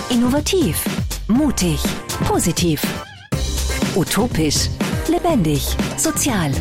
Innovativ, mutig, positiv, utopisch, lebendig, sozial.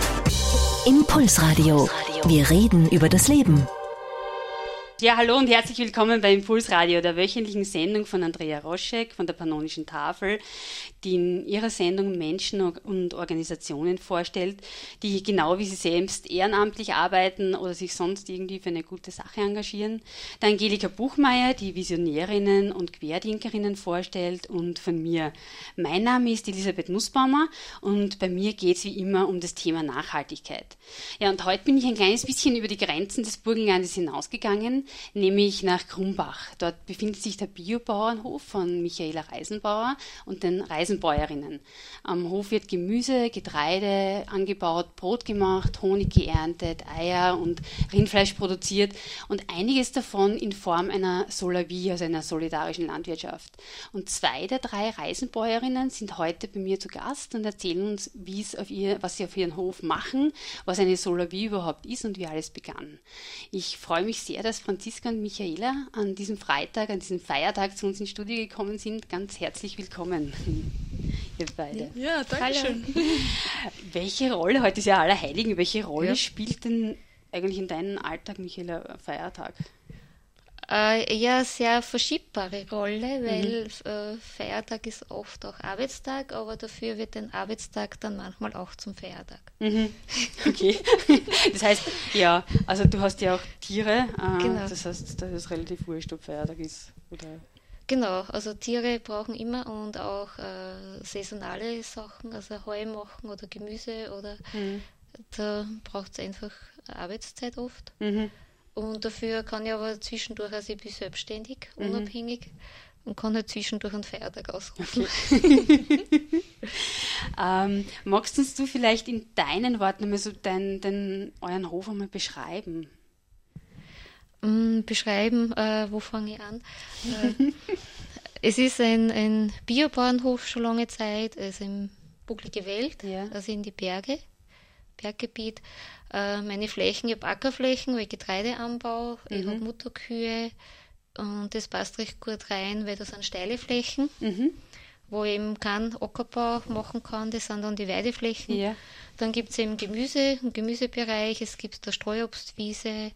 Impulsradio. Wir reden über das Leben. Ja, hallo und herzlich willkommen bei Impulsradio, der wöchentlichen Sendung von Andrea Roschek von der Pannonischen Tafel, die in ihrer Sendung Menschen und Organisationen vorstellt, die genau wie sie selbst ehrenamtlich arbeiten oder sich sonst irgendwie für eine gute Sache engagieren. Der Angelika Buchmeier, die Visionärinnen und Querdenkerinnen vorstellt, und von mir. Mein Name ist Elisabeth Nussbaumer und bei mir geht es wie immer um das Thema Nachhaltigkeit. Ja, und heute bin ich ein kleines bisschen über die Grenzen des Burgenlandes hinausgegangen, nämlich nach Krumbach. Dort befindet sich der Biobauernhof von Michaela Reisenbauer und den Reisenbäuerinnen. Am Hof wird Gemüse, Getreide angebaut, Brot gemacht, Honig geerntet, Eier und Rindfleisch produziert und einiges davon in Form einer Solavie, also einer solidarischen Landwirtschaft. Und 2 der 3 Reisenbäuerinnen sind heute bei mir zu Gast und erzählen uns, was sie auf ihren Hof machen, was eine Solavie überhaupt ist und wie alles begann. Ich freue mich sehr, dass Franziska und Michaela an diesem Freitag, an diesem Feiertag zu uns ins Studio gekommen sind. Ganz herzlich willkommen, ihr beide. Ja, danke schön. Welche Rolle, heute ist ja Allerheiligen, welche Rolle spielt denn eigentlich in deinem Alltag, Michaela, Feiertag? Ja, sehr verschiebbare Rolle, weil Feiertag ist oft auch Arbeitstag, aber dafür wird ein Arbeitstag dann manchmal auch zum Feiertag. Okay. Das heißt, ja, also du hast ja auch Tiere, Genau. Das heißt, da ist es relativ wurscht, ob Feiertag ist oder... Genau, also Tiere brauchen immer und auch saisonale Sachen, also Heu machen oder Gemüse oder da braucht es einfach Arbeitszeit oft. Und dafür kann ich aber zwischendurch, also ich bin selbstständig, unabhängig und kann halt zwischendurch einen Feiertag ausrufen. Okay. Magst du vielleicht in deinen Worten einmal so euren Hof einmal beschreiben? Beschreiben, wo fange ich an? Es ist ein Biobauernhof schon lange Zeit, also im Bucklige Welt, also in die Berggebiet. Meine Flächen, ich habe Ackerflächen, weil ich Getreide anbaue, ich habe Mutterkühe und das passt recht gut rein, weil das sind steile Flächen, wo ich eben keinen Ackerbau machen kann, das sind dann die Weideflächen. Ja. Dann gibt es eben Gemüse, einen Gemüsebereich, es gibt eine Streuobstwiese,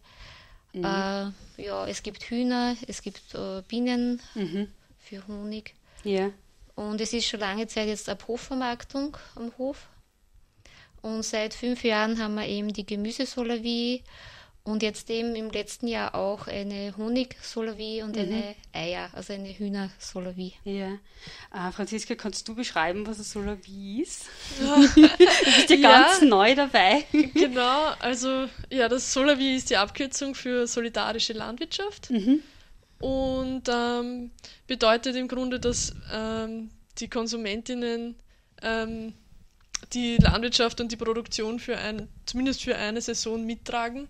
es gibt Hühner, es gibt Bienen für Honig. Ja. Und es ist schon lange Zeit jetzt eine Hofvermarktung am Hof. Und seit 5 Jahren haben wir eben die Gemüsesolavie und jetzt eben im letzten Jahr auch eine Honigsolavie und eine Eier, also eine Hühnersolavie. Ja. Franziska, kannst du beschreiben, was eine Solavie ist? Du bist ja ganz neu dabei. Genau, also ja, das Solavie ist die Abkürzung für solidarische Landwirtschaft und bedeutet im Grunde, dass die Konsumentinnen die Landwirtschaft und die Produktion zumindest für eine Saison mittragen.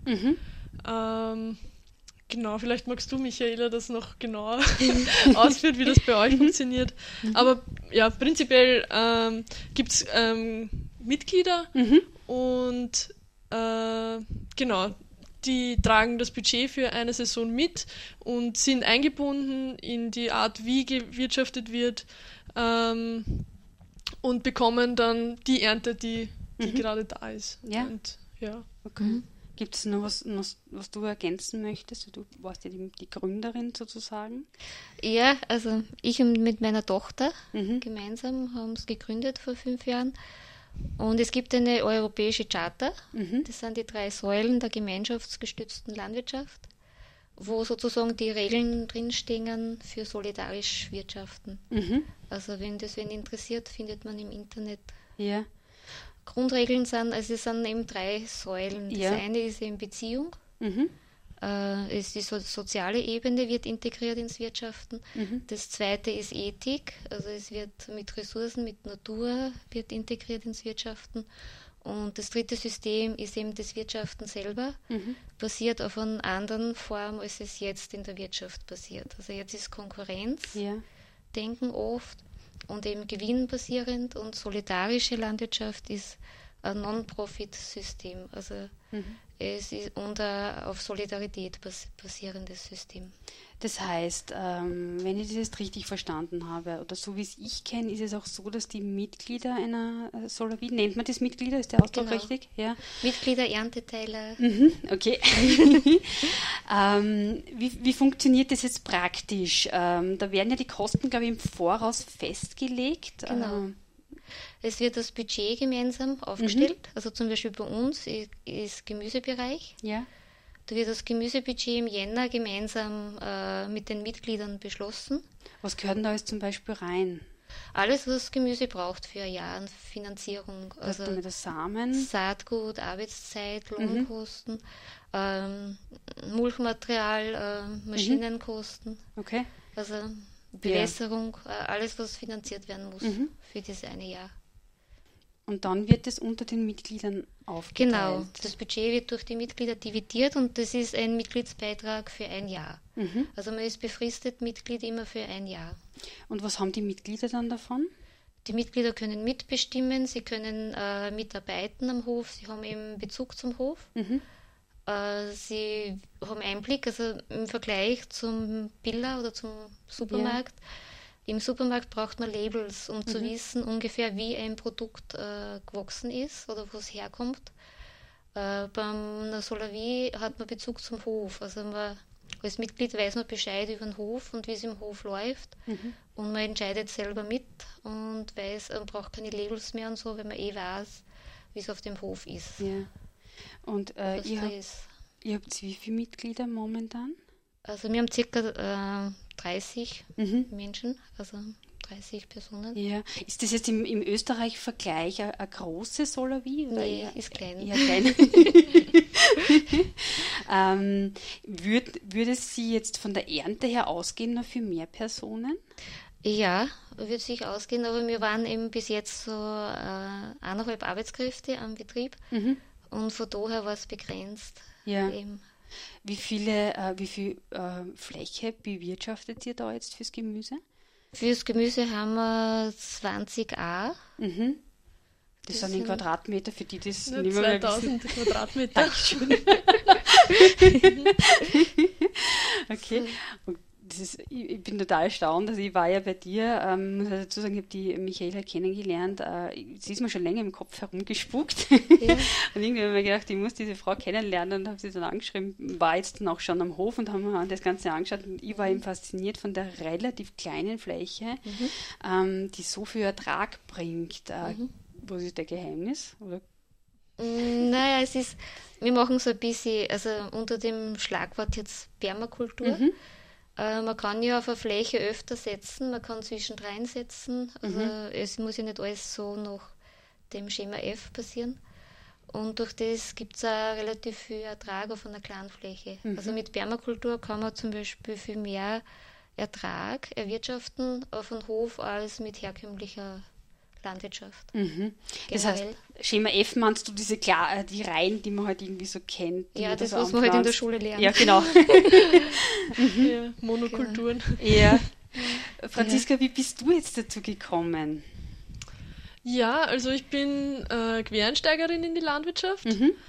Genau, vielleicht magst du, Michaela, das noch genauer ausführen, wie das bei euch funktioniert. Aber ja, prinzipiell gibt es Mitglieder und genau, die tragen das Budget für eine Saison mit und sind eingebunden in die Art, wie gewirtschaftet wird, und bekommen dann die Ernte, die gerade da ist. Ja. Und, ja. Okay. Gibt es noch was du ergänzen möchtest? Du warst ja die Gründerin sozusagen. Ja, also ich und mit meiner Tochter gemeinsam haben es gegründet vor 5 Jahren. Und es gibt eine europäische Charta. Das sind die 3 Säulen der gemeinschaftsgestützten Landwirtschaft, wo sozusagen die Regeln drinstehen für solidarisch Wirtschaften. Also wenn das wen interessiert, findet man im Internet. Ja. Grundregeln es sind eben 3 Säulen. Das eine ist eben Beziehung. Die soziale Ebene wird integriert ins Wirtschaften. Das zweite ist Ethik, also es wird mit Ressourcen, mit Natur wird integriert ins Wirtschaften. Und das dritte System ist eben das Wirtschaften selber, basiert auf einer anderen Form, als es jetzt in der Wirtschaft passiert. Also jetzt ist Konkurrenz, Denken oft und eben gewinnbasierend, und solidarische Landwirtschaft ist ein Non-Profit-System. Also Es ist auf Solidarität basierendes System. Das heißt, wenn ich das jetzt richtig verstanden habe, oder so wie es ich kenne, ist es auch so, dass die Mitglieder einer Solavie, nennt man das Mitglieder, ist der Ausdruck richtig? Ja. Mitglieder, Ernteteiler. Okay. Wie funktioniert das jetzt praktisch? Da werden ja die Kosten, glaube ich, im Voraus festgelegt. Genau. Es wird das Budget gemeinsam aufgestellt. Also zum Beispiel bei uns ist Gemüsebereich. Ja. Da wird das Gemüsebudget im Jänner gemeinsam mit den Mitgliedern beschlossen. Was gehört denn da jetzt zum Beispiel rein? Alles, was Gemüse braucht für ein Jahr an Finanzierung. Also mit der Samen? Saatgut, Arbeitszeit, Lohnkosten, Mulchmaterial, Maschinenkosten. Okay. Also Bewässerung, alles, was finanziert werden muss für dieses eine Jahr. Und dann wird es unter den Mitgliedern aufgeteilt. Genau, das Budget wird durch die Mitglieder dividiert und das ist ein Mitgliedsbeitrag für ein Jahr. Also man ist befristet Mitglied immer für ein Jahr. Und was haben die Mitglieder dann davon? Die Mitglieder können mitbestimmen, sie können mitarbeiten am Hof, sie haben eben Bezug zum Hof. Sie haben Einblick, also im Vergleich zum Billa oder zum Supermarkt. Ja. Im Supermarkt braucht man Labels, um zu wissen ungefähr, wie ein Produkt gewachsen ist oder wo es herkommt. Beim Solavie hat man Bezug zum Hof. Also man, als Mitglied weiß man Bescheid über den Hof und wie es im Hof läuft. Und man entscheidet selber mit und weiß, man braucht keine Labels mehr und so, weil man weiß, wie es auf dem Hof ist. Ja. Und ihr habt wie viele Mitglieder momentan? Also wir haben ca. 30 Menschen, also 30 Personen. Ja. Ist das jetzt im Österreich-Vergleich eine große Solavie? Nee, ist klein. Ja, klein. Würde sie jetzt von der Ernte her ausgehen noch für mehr Personen? Ja, würde sich ausgehen, aber wir waren eben bis jetzt so 1,5 Arbeitskräfte am Betrieb und von daher war es begrenzt. Ja. Eben. Wie viel Fläche bewirtschaftet ihr da jetzt fürs Gemüse? Fürs Gemüse haben wir 20 A. Das sind in Quadratmeter, für die das nicht mehr 2000 Quadratmeter. Okay. Und ich bin total erstaunt, also ich war ja bei dir, muss ich dazu sagen, ich habe die Michaela kennengelernt, sie ist mir schon länger im Kopf herumgespuckt und irgendwie habe ich mir gedacht, ich muss diese Frau kennenlernen und habe sie dann angeschrieben, war jetzt dann auch schon am Hof und haben mir das Ganze angeschaut und ich war eben fasziniert von der relativ kleinen Fläche, die so viel Ertrag bringt. Was ist der Geheimnis? Oder? Naja, wir machen so ein bisschen, also unter dem Schlagwort jetzt Permakultur. Man kann ja auf eine Fläche öfter setzen, man kann zwischendrin setzen. Also es muss ja nicht alles so nach dem Schema F passieren. Und durch das gibt es auch relativ viel Ertrag auf einer kleinen Fläche. Also mit Permakultur kann man zum Beispiel viel mehr Ertrag erwirtschaften auf einem Hof als mit herkömmlicher Landwirtschaft. Das heißt, Schema F meinst du die Reihen, die man halt irgendwie so kennt? Ja, das, was man halt in der Schule lernt. Ja, genau. Ja, Monokulturen. Ja. Franziska, wie bist du jetzt dazu gekommen? Ja, also ich bin Quereinsteigerin in die Landwirtschaft.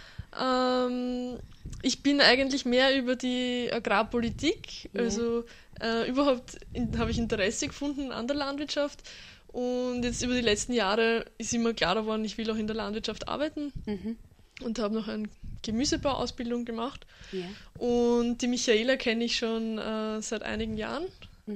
Ich bin eigentlich mehr über die Agrarpolitik, also überhaupt habe ich Interesse gefunden an der Landwirtschaft. Und jetzt über die letzten Jahre ist immer klarer geworden, ich will auch in der Landwirtschaft arbeiten und habe noch eine Gemüsebauausbildung gemacht. Ja. Und die Michaela kenne ich schon seit einigen Jahren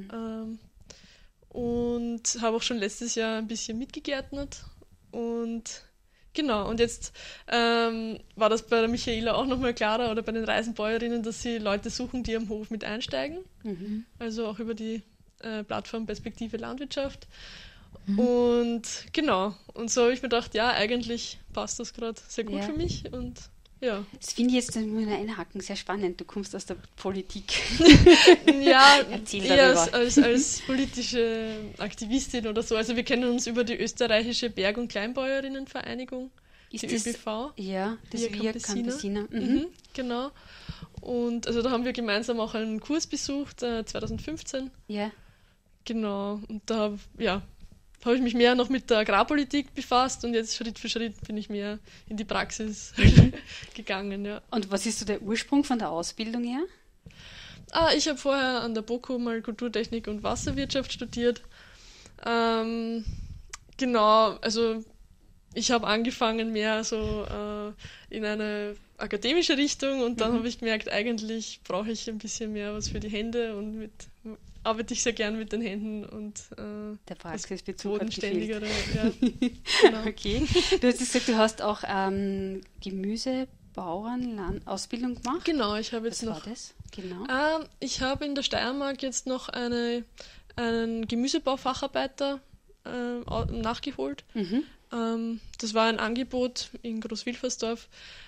und habe auch schon letztes Jahr ein bisschen mitgegärtnert. Und genau, und jetzt war das bei der Michaela auch nochmal klarer oder bei den Reisenbäuerinnen, dass sie Leute suchen, die am Hof mit einsteigen. Also auch über die Plattform Perspektive Landwirtschaft. Und genau, und so habe ich mir gedacht, ja, eigentlich passt das gerade sehr gut für mich und ja. Das finde ich jetzt, da muss ich einhaken, sehr spannend. Du kommst aus der Politik. Ja, eher als politische Aktivistin oder so. Also wir kennen uns über die österreichische Berg- und Kleinbäuerinnenvereinigung, die ÖBV. Ja, das Via Campesina. Genau. Und also da haben wir gemeinsam auch einen Kurs besucht, 2015. Ja. Genau, und da, ja, habe ich mich mehr noch mit der Agrarpolitik befasst und jetzt Schritt für Schritt bin ich mehr in die Praxis gegangen. Ja. Und was ist so der Ursprung von der Ausbildung her? Ich habe vorher an der BOKU mal Kulturtechnik und Wasserwirtschaft studiert. Genau, also ich habe angefangen mehr so in eine akademische Richtung und dann habe ich gemerkt, eigentlich brauche ich ein bisschen mehr was für die Hände und arbeite ich sehr gern mit den Händen und der Praxisbezug hat gefehlt. Ja, genau. Okay. Du hast gesagt, du hast auch Gemüsebauern-Ausbildung gemacht? Genau, ich habe jetzt Was noch... war das? Genau. Ich habe in der Steiermark jetzt noch einen Gemüsebaufacharbeiter nachgeholt. Das war ein Angebot in Großwilfersdorf,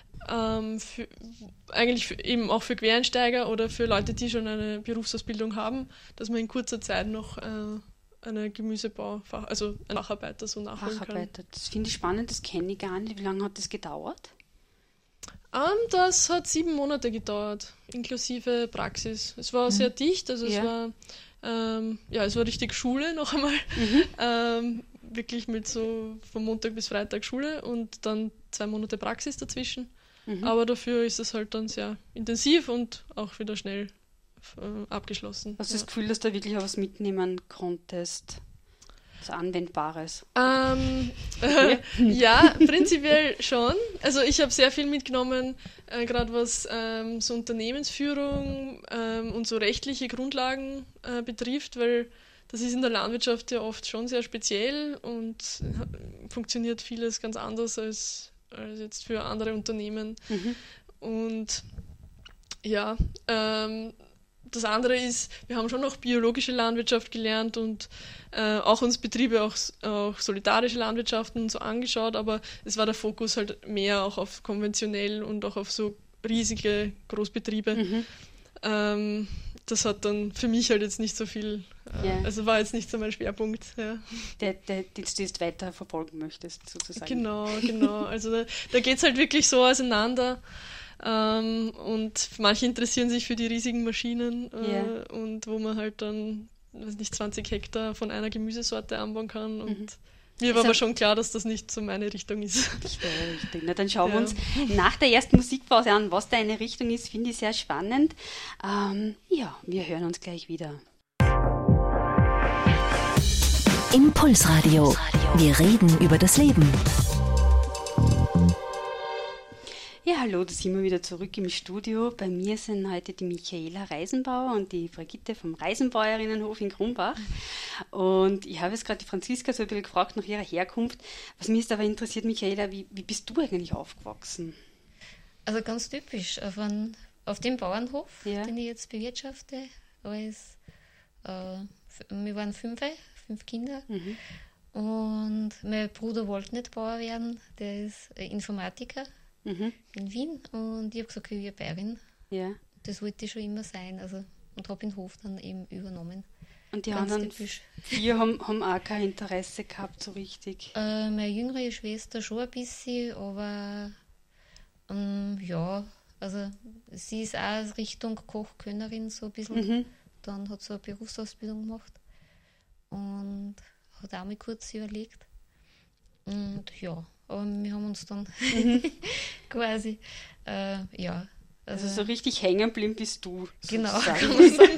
eben auch für Quereinsteiger oder für Leute, die schon eine Berufsausbildung haben, dass man in kurzer Zeit noch eine also einen Facharbeiter so nachholen Facharbeiter, das finde ich spannend, das kenne ich gar nicht. Wie lange hat das gedauert? Das hat 7 Monate gedauert, inklusive Praxis. Es war sehr dicht, also es war richtig Schule noch einmal. Wirklich mit so von Montag bis Freitag Schule und dann 2 Monate Praxis dazwischen. Aber dafür ist es halt dann sehr intensiv und auch wieder schnell abgeschlossen. Hast du das Gefühl, dass du wirklich auch was mitnehmen konntest? Was Anwendbares? Ja, prinzipiell schon. Also ich habe sehr viel mitgenommen, gerade was so Unternehmensführung und so rechtliche Grundlagen betrifft, weil das ist in der Landwirtschaft ja oft schon sehr speziell und funktioniert vieles ganz anders als jetzt für andere Unternehmen. Und ja, das andere ist, wir haben schon noch biologische Landwirtschaft gelernt und auch uns Betriebe, auch solidarische Landwirtschaften so angeschaut, aber es war der Fokus halt mehr auch auf konventionell und auch auf so riesige Großbetriebe. Das hat dann für mich halt jetzt nicht so viel, also war jetzt nicht so mein Schwerpunkt. Ja. Den du jetzt weiter verfolgen möchtest, sozusagen. Genau. Also da geht es halt wirklich so auseinander. Und manche interessieren sich für die riesigen Maschinen und wo man halt dann, 20 Hektar von einer Gemüsesorte anbauen kann. Und mir war aber schon klar, dass das nicht so meine Richtung ist. Richtig. Na, dann schauen wir uns nach der ersten Musikpause an, was deine Richtung ist. Finde ich sehr spannend. Wir hören uns gleich wieder. Impulsradio. Wir reden über das Leben. Ja, hallo, da sind wir wieder zurück im Studio. Bei mir sind heute die Michaela Reisenbauer und die Brigitte vom Reisenbauerinnenhof in Krumbach. Und ich habe jetzt gerade die Franziska so ein bisschen gefragt nach ihrer Herkunft. Was mich jetzt aber interessiert, Michaela, wie bist du eigentlich aufgewachsen? Also ganz typisch, auf dem Bauernhof, den ich jetzt bewirtschafte. Wir waren 5 Kinder. Und mein Bruder wollte nicht Bauer werden, der ist Informatiker. In Wien und ich habe gesagt, ich bin Bäuerin. Ja. Das wollte ich schon immer sein, und habe den Hof dann eben übernommen. Und die anderen 4 haben auch kein Interesse gehabt, so richtig? Meine jüngere Schwester schon ein bisschen, aber sie ist auch Richtung Kochkönnerin so ein bisschen. Dann hat sie eine Berufsausbildung gemacht und hat auch mal kurz überlegt. Und ja, aber wir haben uns dann quasi, Also so richtig hängen geblieben bist du. Genau, kann man sagen.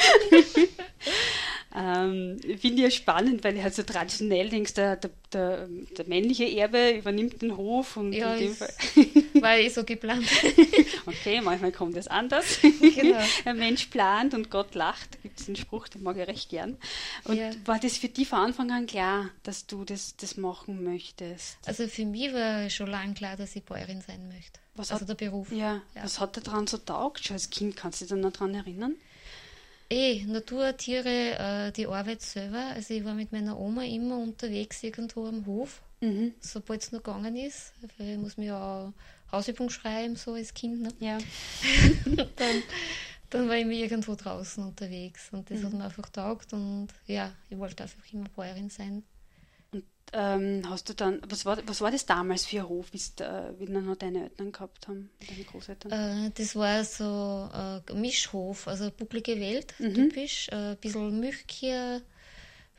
Finde ich ja spannend, weil ich halt so traditionell denkst, der männliche Erbe übernimmt den Hof und ja, in dem Fall war so geplant. Okay, manchmal kommt es anders. Genau. Ein Mensch plant und Gott lacht. Da gibt es einen Spruch, den mag ich recht gern. Und war das für dich von Anfang an klar, dass du das machen möchtest? Also für mich war schon lange klar, dass ich Bäuerin sein möchte. Der Beruf. Ja. Was hat dir daran so taugt? Schon als Kind, kannst du dich noch daran erinnern? Natur, Tiere, die Arbeit selber. Also ich war mit meiner Oma immer unterwegs irgendwo am Hof, sobald es noch gegangen ist. Weil ich muss mir ja auch Hausübung schreiben, so als Kind. Ne? Ja. dann war ich immer irgendwo draußen unterwegs und das hat mir einfach taugt und ja, ich wollte einfach immer Bäuerin sein. Und hast du dann, was war das damals für ein Hof, wie dann noch deine Eltern gehabt haben, deine Großeltern? Das war so ein Mischhof, also eine bucklige Welt, typisch, ein bisschen Milchkühe,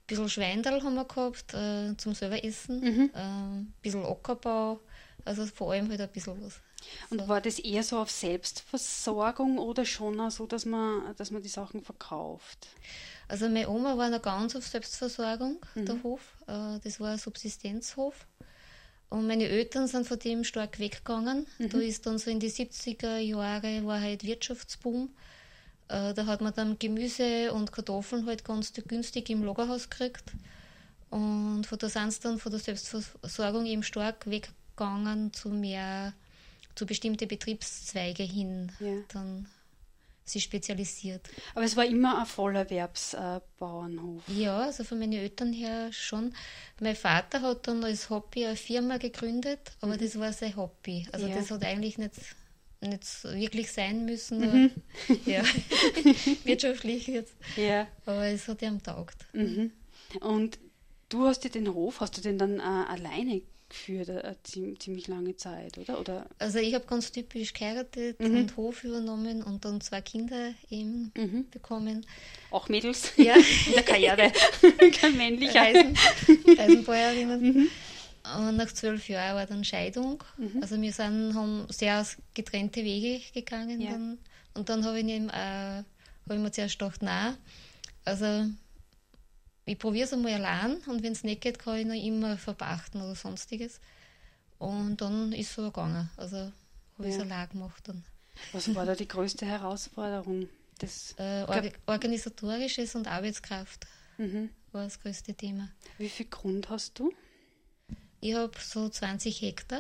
bisschen Schweindel haben wir gehabt, zum selber essen, ein bisschen Ackerbau, also vor allem halt ein bisschen was. Und So. war das eher so auf Selbstversorgung oder schon auch so, dass man die Sachen verkauft? Also meine Oma war noch ganz auf Selbstversorgung, der Hof. Das war ein Subsistenzhof. Und meine Eltern sind von dem stark weggegangen. Da ist dann so in die 70er Jahre war halt Wirtschaftsboom. Da hat man dann Gemüse und Kartoffeln halt ganz günstig im Lagerhaus gekriegt. Und von da sind sie dann von der Selbstversorgung eben stark weggegangen zu bestimmten Betriebszweige hin. Ja. Dann sich spezialisiert. Aber es war immer ein Vollerwerbsbauernhof. Ja, also von meinen Eltern her schon. Mein Vater hat dann als Hobby eine Firma gegründet, aber das war sein Hobby. Also Ja. das hat eigentlich nicht wirklich sein müssen, aber, ja, wirtschaftlich jetzt. Ja. Aber es hat ihm taugt. Und du hast dir den Hof, hast du den dann alleine geführt, eine ziemlich lange Zeit, oder? Also ich habe ganz typisch geheiratet und Hof übernommen und dann 2 Kinder eben bekommen. Auch Mädels Ja. in der Karriere, kein männlicher. Eisenbäuerinnen. Und nach 12 Jahren war dann Scheidung. Also wir haben sehr getrennte Wege gegangen. Ja. Dann. Und dann habe ich mir zuerst gedacht, nein, also ich probiere es einmal allein und wenn es nicht geht, kann ich noch immer verpachten oder sonstiges. Und dann ist es so gegangen. Also habe ich es allein gemacht. Dann. Was war da die größte Herausforderung? Organisatorisches und Arbeitskraft war das größte Thema. Wie viel Grund hast du? Ich habe so 20 Hektar.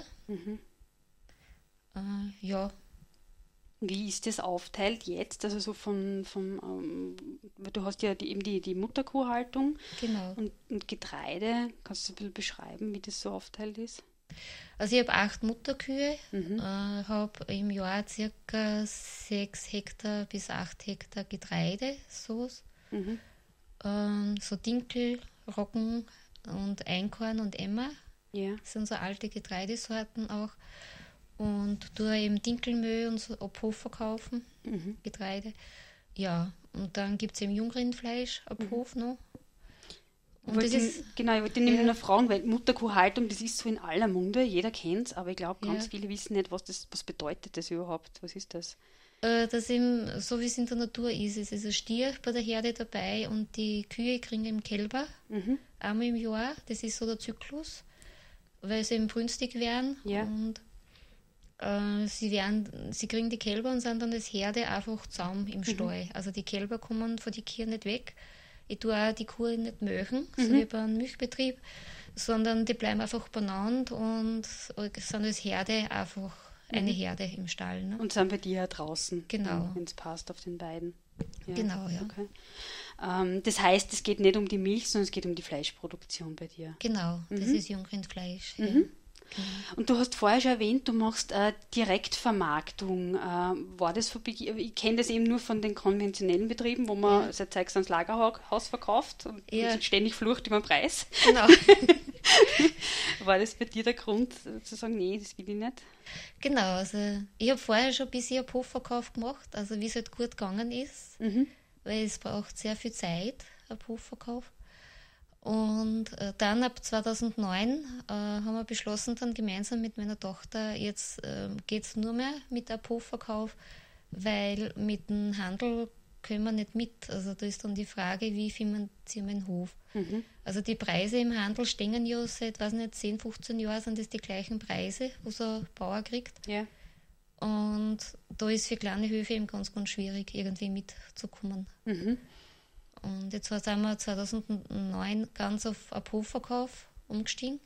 Ja, Wie ist das aufteilt jetzt? Also so weil du hast ja eben die Mutterkuhhaltung genau. und Getreide. Kannst du ein bisschen beschreiben, wie das so aufteilt ist? Also ich habe 8 Mutterkühe, habe im Jahr ca. 6 Hektar bis 8 Hektar Getreide, sowas. So Dinkel, Roggen und Einkorn und Emmer. Ja. Das sind so alte Getreidesorten auch. Und tue eben Dinkelmehl und so ab Hof verkaufen, Getreide. Ja, und dann gibt es eben Jungrindfleisch ab Hof noch. Und das ist, ich wollte nämlich noch fragen, weil Mutterkuhhaltung, das ist so in aller Munde, jeder kennt es, aber ich glaube, ganz viele wissen nicht, was bedeutet das überhaupt, was ist das? dass eben, so wie es in der Natur ist, es ist ein Stier bei der Herde dabei und die Kühe kriegen eben Kälber, einmal im Jahr, das ist so der Zyklus, weil sie eben brünstig werden Ja. und sie kriegen die Kälber und sind dann als Herde einfach zusammen im Stall. Also die Kälber kommen von den Kühen nicht weg. Ich tue auch die Kuh nicht melken, so wie bei einem Milchbetrieb, sondern die bleiben einfach benannt und sind als Herde einfach eine Herde im Stall. Ne? Und sind bei dir ja draußen, Genau. wenn es passt auf den beiden. Ja. Genau, ja. Okay. Das heißt, es geht nicht um die Milch, sondern es geht um die Fleischproduktion bei dir. Genau, das ist Jungrindfleisch. Ja. Und du hast vorher schon erwähnt, du machst Direktvermarktung. War das ich kenne das eben nur von den konventionellen Betrieben, wo man sein Zeugs ans Lagerhaus verkauft und sich ständig flucht über den Preis. Genau. War das bei dir der Grund, zu sagen, nee, das will ich nicht? Genau, also ich habe vorher schon ein bisschen Hofverkauf gemacht, also wie es halt gut gegangen ist, weil es braucht sehr viel Zeit, ein Hofverkauf. Und dann ab 2009 haben wir beschlossen, dann gemeinsam mit meiner Tochter, jetzt geht es nur mehr mit Hofverkauf, weil mit dem Handel können wir nicht mit. Also da ist dann die Frage, wie finanzieren wir den Hof. Also die Preise im Handel stehen ja seit, 10, 15 Jahren sind das die gleichen Preise, was ein Bauer kriegt. Ja. Und da ist für kleine Höfe eben ganz, ganz schwierig, irgendwie mitzukommen. Und jetzt sind wir 2009 ganz auf Hofverkauf umgestiegen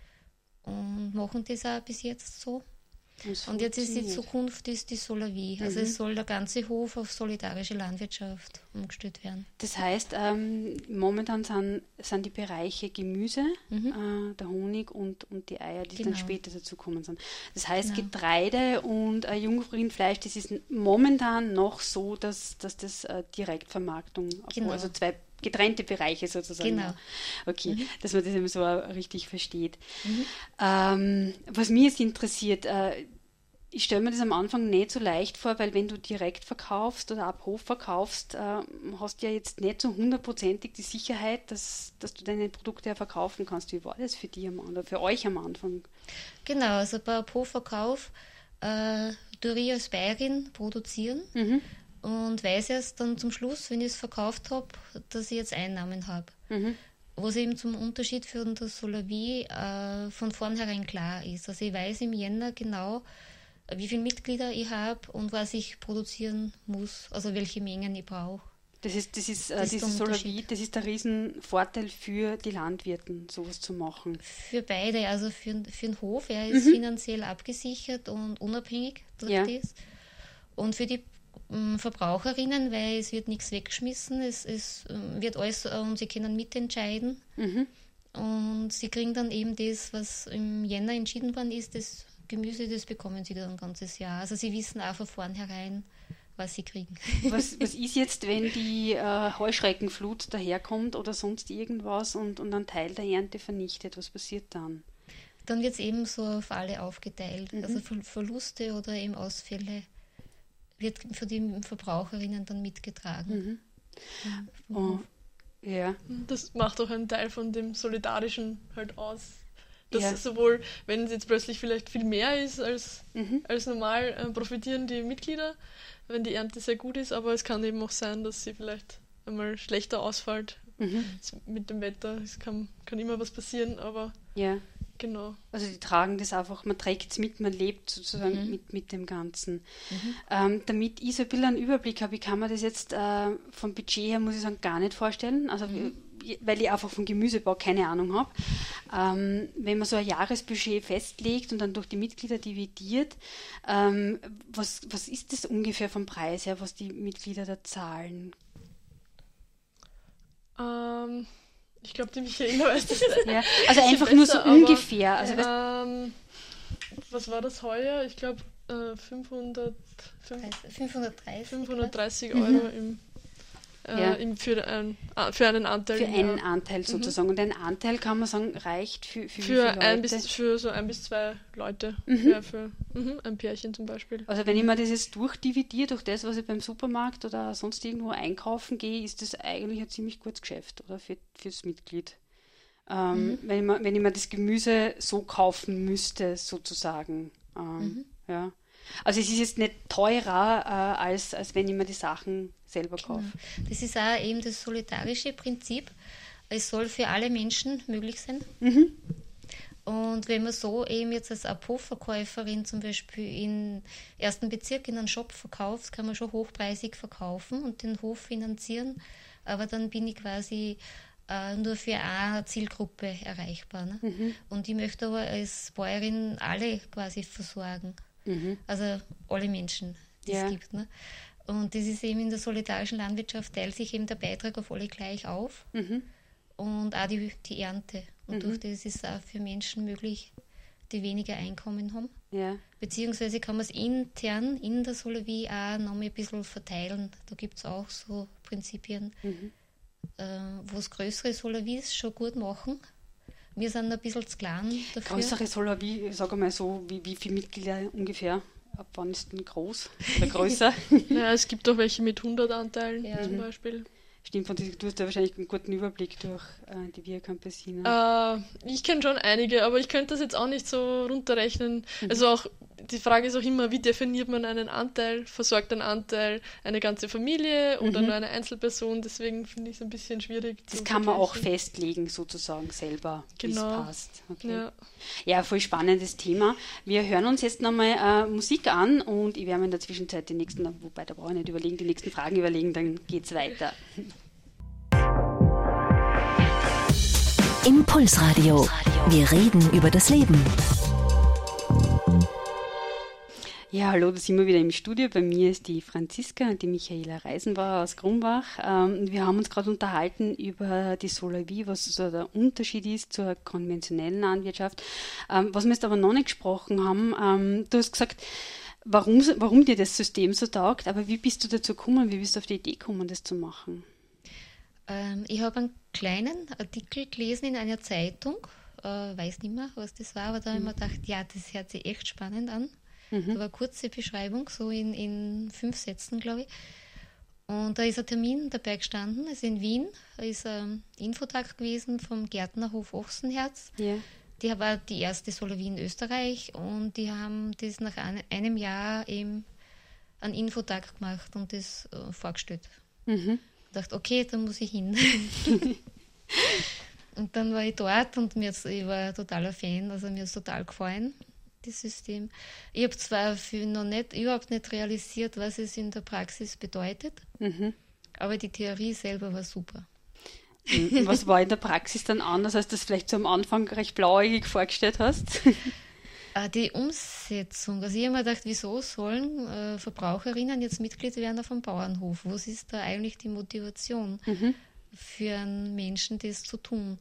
und machen das auch bis jetzt so. Und jetzt ist die Zukunft die Solavi. Also es soll der ganze Hof auf solidarische Landwirtschaft umgestellt werden. Das heißt, momentan sind die Bereiche Gemüse, der Honig und die Eier, die dann später dazukommen sind. Das heißt, Getreide und Jungrindfleisch, das ist momentan noch so, dass das Direktvermarktung, also 2 getrennte Bereiche sozusagen. Genau. Okay, dass man das eben so richtig versteht. Was mich jetzt interessiert, Ich stelle mir das am Anfang nicht so leicht vor, weil wenn du direkt verkaufst oder ab Hof verkaufst, hast du ja jetzt nicht so 100%ig die Sicherheit, dass du deine Produkte ja verkaufen kannst. Wie war das für dich oder für euch am Anfang? Genau, also bei Hofverkauf tue ich als Bayerin produzieren und weiß erst dann zum Schluss, wenn ich es verkauft habe, dass ich jetzt Einnahmen habe. Was eben zum Unterschied von der Solavi von vornherein klar ist. Also ich weiß im Jänner genau, wie viele Mitglieder ich habe und was ich produzieren muss, also welche Mengen ich brauche. Das ist Solavi, das ist der Riesenvorteil für die Landwirten, sowas zu machen. Für beide, also für den Hof, er ist finanziell abgesichert und unabhängig durch das. Und für die Verbraucherinnen, weil es wird nichts weggeschmissen, es wird alles und sie können mitentscheiden. Und sie kriegen dann eben das, was im Jänner entschieden worden ist, das Gemüse, das bekommen sie dann ein ganzes Jahr. Also sie wissen auch von vornherein, was sie kriegen. Was ist jetzt, wenn die Heuschreckenflut daherkommt oder sonst irgendwas und einen Teil der Ernte vernichtet? Was passiert dann? Dann wird es eben so auf alle aufgeteilt. Also Verluste oder eben Ausfälle wird für die Verbraucherinnen dann mitgetragen. Oh, ja. Das macht auch einen Teil von dem Solidarischen halt aus. Dass sowohl, wenn es jetzt plötzlich vielleicht viel mehr ist als normal, profitieren die Mitglieder, wenn die Ernte sehr gut ist, aber es kann eben auch sein, dass sie vielleicht einmal schlechter ausfällt mit dem Wetter. Es kann immer was passieren, aber genau. Also die tragen das einfach, man trägt es mit, man lebt sozusagen mit dem Ganzen. Damit ich so ein bisschen einen Überblick habe, ich kann mir das jetzt vom Budget her, muss ich sagen, gar nicht vorstellen. Also weil ich einfach vom Gemüsebau keine Ahnung habe. Wenn man so ein Jahresbudget festlegt und dann durch die Mitglieder dividiert, was ist das ungefähr vom Preis her, was die Mitglieder da zahlen? Ich glaube, die Michaela weiß das. Ja, also einfach nur so ungefähr. Also was war das heuer? Ich glaube 530 Euro für einen Anteil. Für einen Anteil sozusagen. Und ein Anteil, kann man sagen, reicht für wie viele Leute? Für so 1 bis 2 Leute. Ja, für ein Pärchen zum Beispiel. Also wenn ich mir das jetzt durchdividiere durch das, was ich beim Supermarkt oder sonst irgendwo einkaufen gehe, ist das eigentlich ein ziemlich gutes Geschäft, oder? Fürs Mitglied. Wenn ich mir das Gemüse so kaufen müsste, sozusagen. Ja. Also es ist jetzt nicht teurer, als wenn ich mir die Sachen selber kaufe. Genau. Das ist auch eben das solidarische Prinzip. Es soll für alle Menschen möglich sein. Und wenn man so eben jetzt als Hofverkäuferin zum Beispiel im 1. Bezirk in einem Shop verkauft, kann man schon hochpreisig verkaufen und den Hof finanzieren. Aber dann bin ich quasi nur für eine Zielgruppe erreichbar. Ne? Und ich möchte aber als Bäuerin alle quasi versorgen. Also alle Menschen, die es gibt. Ne? Und das ist eben in der solidarischen Landwirtschaft, teilt sich eben der Beitrag auf alle gleich auf und auch die Ernte. Und durch das ist es auch für Menschen möglich, die weniger Einkommen haben. Ja. Beziehungsweise kann man es intern in der Solavi auch noch mal ein bisschen verteilen. Da gibt es auch so Prinzipien, wo es größere Solavis schon gut machen. Wir sind ein bisschen zu klein dafür. Größere Solavi, sag mal so, wie viele Mitglieder ungefähr? Ab wann ist denn groß oder größer? Ja, es gibt auch welche mit 100 Anteilen zum Beispiel. Stimmt, du hast ja wahrscheinlich einen guten Überblick durch die Via Campesina. Ich kenne schon einige, aber ich könnte das jetzt auch nicht so runterrechnen. Also auch die Frage ist auch immer, wie definiert man einen Anteil? Versorgt ein Anteil eine ganze Familie oder nur eine Einzelperson? Deswegen finde ich es ein bisschen schwierig. Das kann man auch festlegen, sozusagen selber, wie es passt. Okay. Ja, voll spannendes Thema. Wir hören uns jetzt nochmal Musik an und ich werde mir in der Zwischenzeit die nächsten Fragen überlegen, dann geht's weiter. Impulsradio. Wir reden über das Leben. Ja, hallo, da sind wir wieder im Studio. Bei mir ist die Franziska und die Michaela Reisenbauer aus Grumbach. Wir haben uns gerade unterhalten über die Solavi, was so der Unterschied ist zur konventionellen Landwirtschaft. Was wir jetzt aber noch nicht gesprochen haben, du hast gesagt, warum dir das System so taugt, aber wie bist du dazu gekommen, wie bist du auf die Idee gekommen, das zu machen? Ich habe einen kleinen Artikel gelesen in einer Zeitung, weiß nicht mehr, was das war, aber da habe ich mir gedacht, ja, das hört sich echt spannend an. Da war eine kurze Beschreibung, so in 5 Sätzen, glaube ich. Und da ist ein Termin dabei gestanden, also in Wien, da ist ein Infotag gewesen vom Gärtnerhof Ochsenherz. Ja. Die war die erste Solovie in Österreich und die haben das nach einem Jahr eben einen Infotag gemacht und das vorgestellt. Ich dachte, okay, da muss ich hin. Und dann war ich dort und ich war totaler Fan, also mir ist total gefallen, das System. Ich habe zwar überhaupt nicht realisiert, was es in der Praxis bedeutet, aber die Theorie selber war super. Was war in der Praxis dann anders, als du das vielleicht so am Anfang recht blauäugig vorgestellt hast? Die Umsetzung. Also ich habe mir gedacht, wieso sollen Verbraucherinnen jetzt Mitglied werden auf einem Bauernhof? Was ist da eigentlich die Motivation für einen Menschen, das zu tun?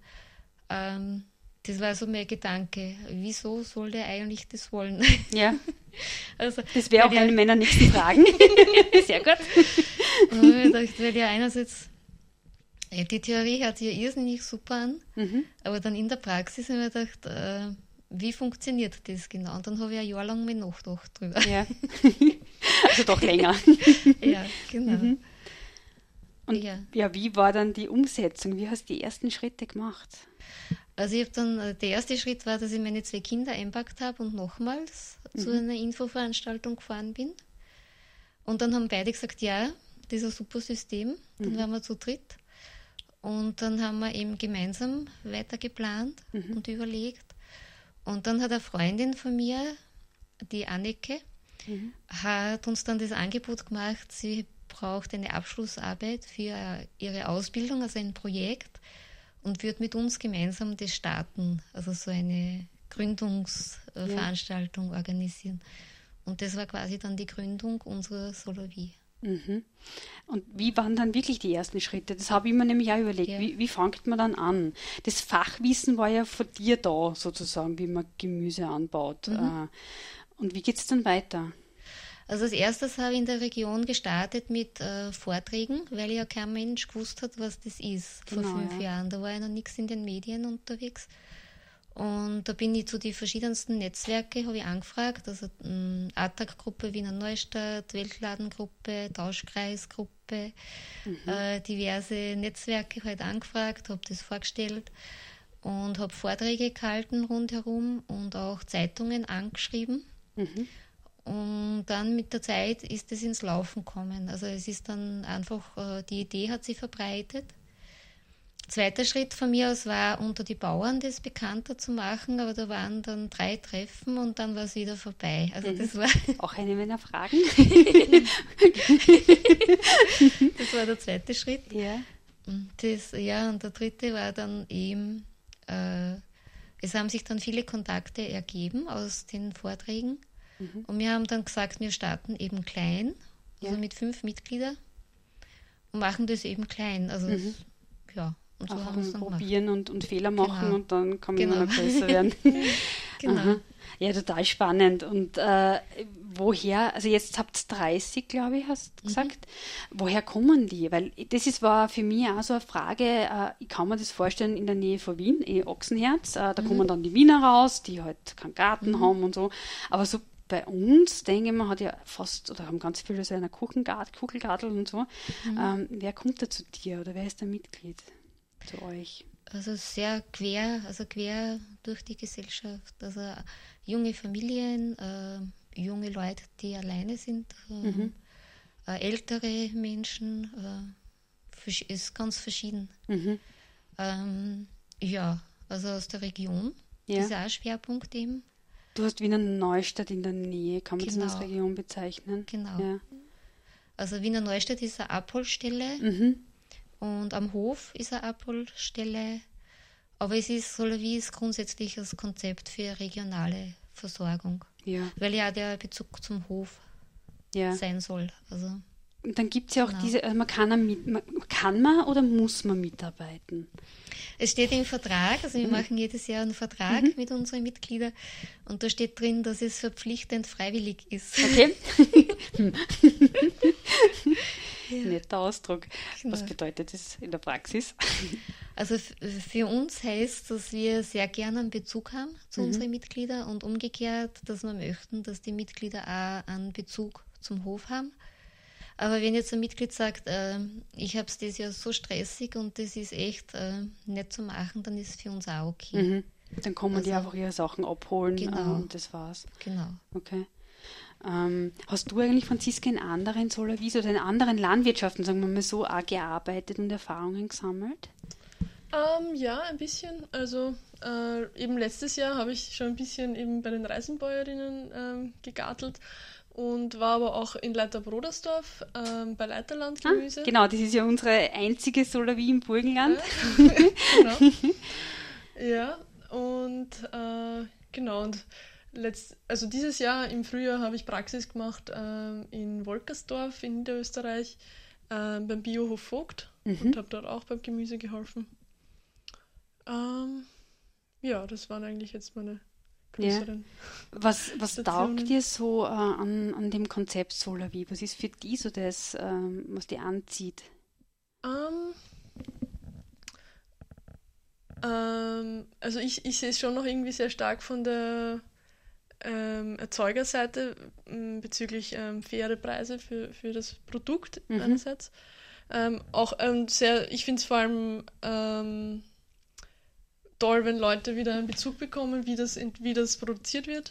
Das war so mein Gedanke. Wieso soll der eigentlich das wollen? Ja, also, das wäre auch eine meiner nächsten Fragen. Sehr gut. Und ich dachte, weil ja einerseits, die Theorie hört sich ja irrsinnig super an, aber dann in der Praxis habe ich mir gedacht, wie funktioniert das genau? Und dann habe ich ein Jahr lang mal nachgedacht drüber. Ja, also doch länger. Ja, genau. Und wie war dann die Umsetzung? Wie hast du die ersten Schritte gemacht? Also ich habe dann, der erste Schritt war, dass ich meine 2 Kinder einpackt habe und nochmals zu einer Infoveranstaltung gefahren bin. Und dann haben beide gesagt, ja, das ist ein super System. Dann waren wir zu dritt. Und dann haben wir eben gemeinsam weiter geplant und überlegt. Und dann hat eine Freundin von mir, die Anneke, hat uns dann das Angebot gemacht, sie braucht eine Abschlussarbeit für ihre Ausbildung, also ein Projekt, und wird mit uns gemeinsam das starten, also so eine Gründungsveranstaltung organisieren. Und das war quasi dann die Gründung unserer Solovie. Und wie waren dann wirklich die ersten Schritte? Das habe ich mir nämlich auch überlegt. Ja. Wie fängt man dann an? Das Fachwissen war ja von dir da, sozusagen, wie man Gemüse anbaut. Und wie geht es dann weiter? Also als erstes habe ich in der Region gestartet mit Vorträgen, weil ja kein Mensch gewusst hat, was das ist vor 5 Jahren. Da war ja noch nichts in den Medien unterwegs. Und da bin ich zu den verschiedensten Netzwerke, habe ich angefragt, also ATTAC-Gruppe Wiener Neustadt, Weltladengruppe, Tauschkreisgruppe, diverse Netzwerke halt angefragt, habe das vorgestellt und habe Vorträge gehalten rundherum und auch Zeitungen angeschrieben. Und dann mit der Zeit ist es ins Laufen gekommen. Also es ist dann einfach, die Idee hat sich verbreitet. Zweiter Schritt von mir aus war, unter die Bauern das bekannter zu machen, aber da waren dann 3 Treffen und dann war es wieder vorbei. Also das war auch eine meiner Fragen. Das war der zweite Schritt. Ja. Und der dritte war dann eben, es haben sich dann viele Kontakte ergeben aus den Vorträgen. Und wir haben dann gesagt, wir starten eben klein, also mit 5 Mitgliedern und machen das eben klein. Also und so auch haben wir es dann probieren und Fehler machen und dann kann man immer noch größer werden. Ja, total spannend. Und woher, also jetzt habt ihr 30, glaube ich, hast du gesagt. Woher kommen die? Weil das war für mich auch so eine Frage, ich kann mir das vorstellen, in der Nähe von Wien, Ochsenherz, da kommen dann die Wiener raus, die halt keinen Garten haben und so. Aber so bei uns, denke ich, man hat ja fast, oder haben ganz viele so eine Kugelgartel und so. Wer kommt da zu dir oder wer ist da Mitglied zu euch? Also sehr quer durch die Gesellschaft. Also junge Familien, junge Leute, die alleine sind, ältere Menschen, ist ganz verschieden. Also aus der Region, das ist auch ein Schwerpunkt eben. Du hast Wiener Neustadt in der Nähe, kann man das als Region bezeichnen? Genau. Ja. Also Wiener Neustadt ist eine Abholstelle und am Hof ist eine Abholstelle, aber Solovie ist grundsätzlich das Konzept für regionale Versorgung, weil ja der Bezug zum Hof sein soll. Also, und dann gibt es ja auch diese, also kann man oder muss man mitarbeiten? Es steht im Vertrag, also wir machen jedes Jahr einen Vertrag mit unseren Mitgliedern und da steht drin, dass es verpflichtend freiwillig ist. Okay. Netter Ausdruck. Genau. Was bedeutet das in der Praxis? Also für uns heißt, dass wir sehr gerne einen Bezug haben zu unseren Mitgliedern und umgekehrt, dass wir möchten, dass die Mitglieder auch einen Bezug zum Hof haben. Aber wenn jetzt ein Mitglied sagt, ich habe es dieses Jahr so stressig und das ist echt nicht zu machen, dann ist es für uns auch okay. Dann kommen die einfach ihre Sachen abholen und das war's. Genau. Okay. Hast du eigentlich, Franziska, in anderen Solavis oder in anderen Landwirtschaften, sagen wir mal so, auch gearbeitet und Erfahrungen gesammelt? Ja, ein bisschen. Also eben letztes Jahr habe ich schon ein bisschen eben bei den Reisenbäuerinnen gegartelt und war aber auch in Leiterbrodersdorf bei Leiterlandgemüse. Genau, das ist ja unsere einzige Solavis im Burgenland. Genau. Ja, und genau, und also dieses Jahr im Frühjahr habe ich Praxis gemacht in Wolkersdorf in Niederösterreich beim Biohof Vogt und habe dort auch beim Gemüse geholfen. Ja, das waren eigentlich jetzt meine größeren Was Stationen. taugt dir so an dem Konzept Solavis? Was ist für dich so das, was dich anzieht? Also ich sehe es schon noch irgendwie sehr stark von der Erzeugerseite bezüglich faire Preise für das Produkt einerseits. Auch ich finde es vor allem toll, wenn Leute wieder einen Bezug bekommen, wie das produziert wird,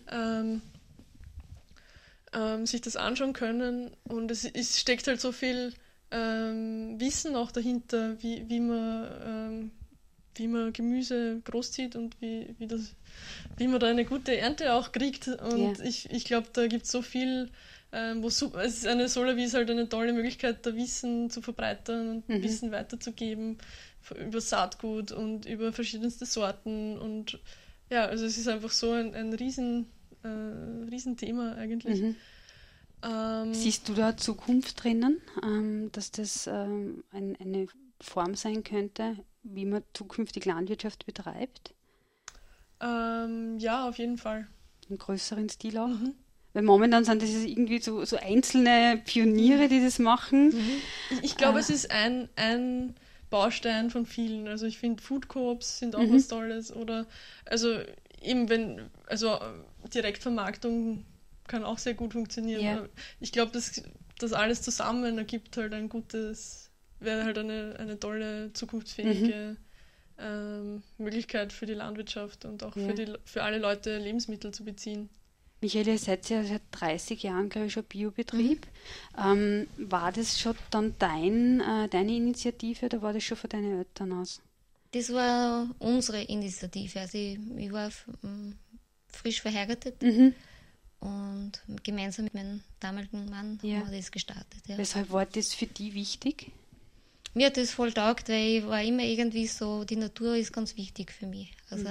sich das anschauen können und es steckt halt so viel Wissen auch dahinter, wie man Gemüse großzieht und wie man da eine gute Ernte auch kriegt. Und ich glaube, da gibt es so viel, es ist eine Solavis halt eine tolle Möglichkeit, da Wissen zu verbreitern und Wissen weiterzugeben über Saatgut und über verschiedenste Sorten. Und ja, also es ist einfach so ein Riesenthema eigentlich. Siehst du da Zukunft drinnen, dass das eine Form sein könnte, wie man zukünftig Landwirtschaft betreibt? Ja, auf jeden Fall. Im größeren Stil auch? Weil momentan sind das irgendwie so einzelne Pioniere, die das machen. Ich glaube, es ist ein Baustein von vielen. Also ich finde, Food Coops sind auch was Tolles. Oder also eben Direktvermarktung kann auch sehr gut funktionieren. Ja. Ich glaube, das alles zusammen ergibt halt wäre halt eine tolle, zukunftsfähige Möglichkeit für die Landwirtschaft und auch für alle Leute Lebensmittel zu beziehen. Michael, ihr seid ja seit 30 Jahren, glaube ich, schon Biobetrieb. War das schon dann deine Initiative oder war das schon von deinen Eltern aus? Das war unsere Initiative. Also ich war frisch verheiratet und gemeinsam mit meinem damaligen Mann haben wir das gestartet. Ja. Weshalb war das für dich wichtig? Mir hat das voll taugt, weil ich war immer irgendwie so, die Natur ist ganz wichtig für mich. Also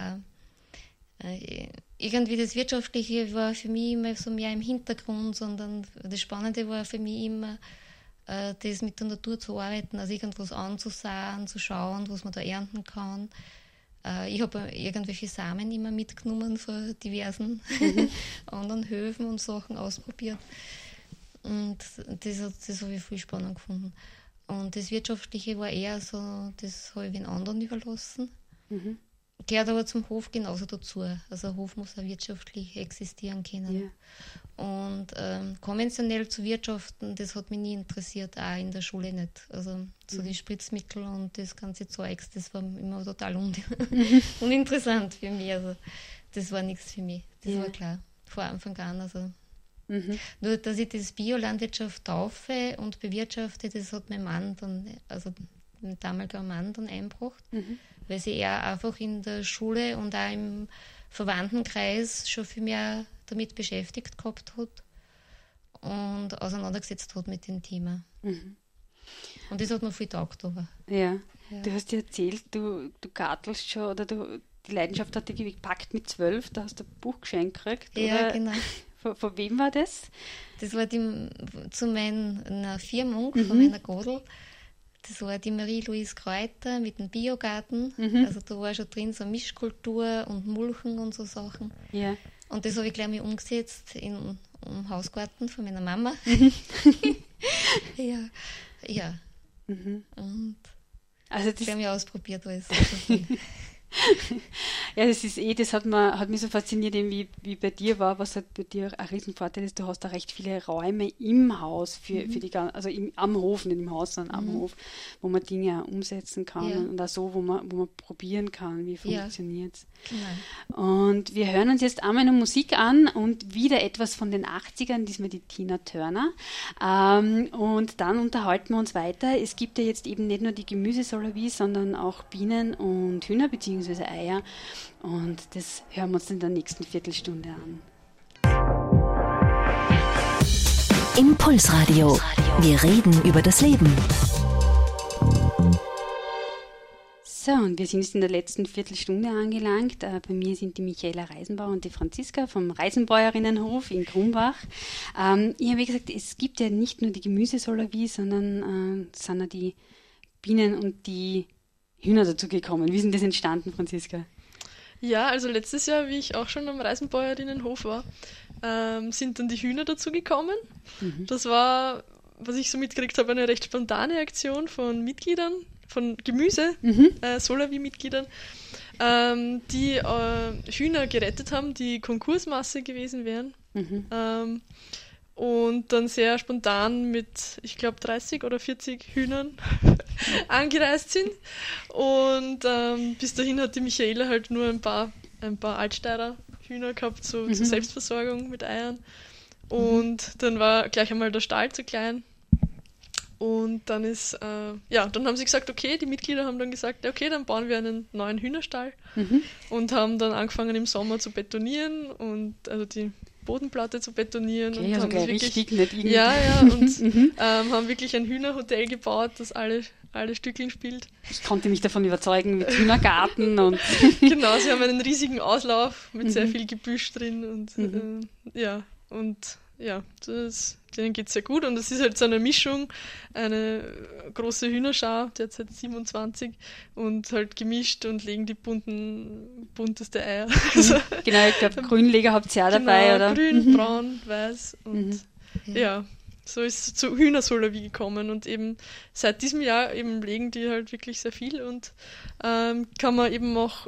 irgendwie das Wirtschaftliche war für mich immer so mehr im Hintergrund, sondern das Spannende war für mich immer, das mit der Natur zu arbeiten, also irgendwas anzusahen, zu schauen, was man da ernten kann. Ich habe irgendwelche Samen immer mitgenommen von diversen anderen Höfen und Sachen ausprobiert. Und das habe ich viel spannend gefunden. Und das Wirtschaftliche war eher so, das habe ich den anderen überlassen. Gehört aber zum Hof genauso dazu. Also ein Hof muss auch wirtschaftlich existieren können. Ja. Und konventionell zu wirtschaften, das hat mich nie interessiert, auch in der Schule nicht. Also so die Spritzmittel und das ganze Zeugs, das war immer total uninteressant für mich. Also das war nichts für mich. Das war klar, vor Anfang an. Also. Nur, dass ich das Biolandwirtschaft taufe und bewirtschafte, das hat mein Mann dann, also mein damaliger Mann dann eingebracht, weil sich er einfach in der Schule und auch im Verwandtenkreis schon viel mehr damit beschäftigt gehabt hat und auseinandergesetzt hat mit dem Thema. Und das hat mir viel getaugt. Ja, du hast ja erzählt, du gartelst schon, oder die Leidenschaft hat dich gepackt mit 12, da hast du ein Buch geschenkt gekriegt. Ja, oder? genau. Von wem war das? Das war zu meiner Firmung von meiner Godel. Das war die Marie-Louise Kräuter mit dem Biogarten. Also da war schon drin so Mischkultur und Mulchen und so Sachen. Ja. Und das habe ich gleich mal umgesetzt im Hausgarten von meiner Mama. Ja. Und Also das wir haben ja ausprobiert alles. Ja, das hat mich so fasziniert, eben wie bei dir war, was halt bei dir ein Riesenvorteil ist, du hast da recht viele Räume im Haus für die am Hof, nicht im Haus, sondern am Hof, wo man Dinge auch umsetzen kann und auch so, wo man probieren kann, wie funktioniert es. Genau. Und wir hören uns jetzt einmal eine Musik an und wieder etwas von den 80ern, diesmal die Tina Turner. Und dann unterhalten wir uns weiter. Es gibt ja jetzt eben nicht nur die Gemüsesolavi, sondern auch Bienen und Hühner bzw. Eier. Und das hören wir uns in der nächsten Viertelstunde an. Impulsradio. Wir reden über das Leben. So, und wir sind jetzt in der letzten Viertelstunde angelangt. Bei mir sind die Michaela Reisenbauer und die Franziska vom Reisenbäuerinnenhof in Grumbach. Ich habe gesagt, es gibt ja nicht nur die Gemüsesolavi, sondern sind auch die Bienen und die Hühner dazu gekommen. Wie ist denn das entstanden, Franziska? Ja, also letztes Jahr, wie ich auch schon am Reisenbäuerinnenhof war, sind dann die Hühner dazu gekommen. Das war, was ich so mitgekriegt habe, eine recht spontane Aktion von Mitgliedern, von Solavi-Mitgliedern, die Hühner gerettet haben, die Konkursmasse gewesen wären. Und dann sehr spontan mit, ich glaube, 30 oder 40 Hühnern angereist sind. Und bis dahin hat die Michaela halt nur ein paar Altsteirer Hühner gehabt, zur Selbstversorgung mit Eiern. Und dann war gleich einmal der Stall zu klein. Und dann dann haben sie gesagt, okay, die Mitglieder haben dann gesagt, okay, dann bauen wir einen neuen Hühnerstall. Und haben dann angefangen im Sommer zu betonieren und also die Bodenplatte zu betonieren. Okay, und also haben gleich wirklich, richtig, nicht irgendwie. und haben wirklich ein Hühnerhotel gebaut, das alle Stückeln spielt. Ich konnte mich davon überzeugen mit Hühnergarten und Genau, sie haben einen riesigen Auslauf mit sehr viel Gebüsch drin und denen geht es sehr gut und es ist halt so eine Mischung, eine große Hühnerschar, derzeit 27 und halt gemischt und legen die bunteste Eier. Genau, ich glaube, Grünleger habt ihr auch dabei, oder? Grün, braun, weiß und so ist es zu Hühnersolavi gekommen und eben seit diesem Jahr eben legen die halt wirklich sehr viel und kann man eben auch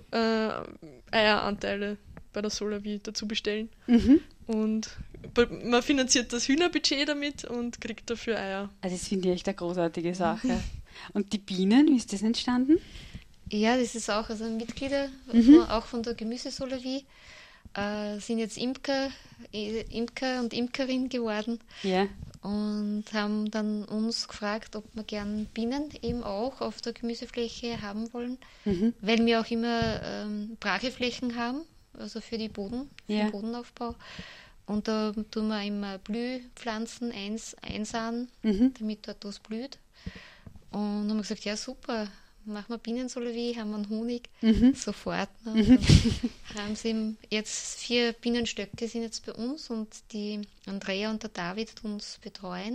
Eieranteile bei der Solavi dazu bestellen. Und man finanziert das Hühnerbudget damit und kriegt dafür Eier. Also das finde ich echt eine großartige Sache. Und die Bienen, wie ist das entstanden? Ja, das ist auch, also Mitglieder, auch von der Gemüsesolavi, sind jetzt Imker und Imkerin geworden. Ja. Und haben dann uns gefragt, ob wir gern Bienen eben auch auf der Gemüsefläche haben wollen, weil wir auch immer Bracheflächen haben, also für den Bodenaufbau. Und da tun wir immer Blühpflanzen einsaahen, damit dort was blüht. Und dann haben wir gesagt, ja super, machen wir Bienensolavi, haben wir einen Honig, sofort. Und dann haben sie jetzt 4 Bienenstöcke sind jetzt bei uns und die Andrea und der David uns betreuen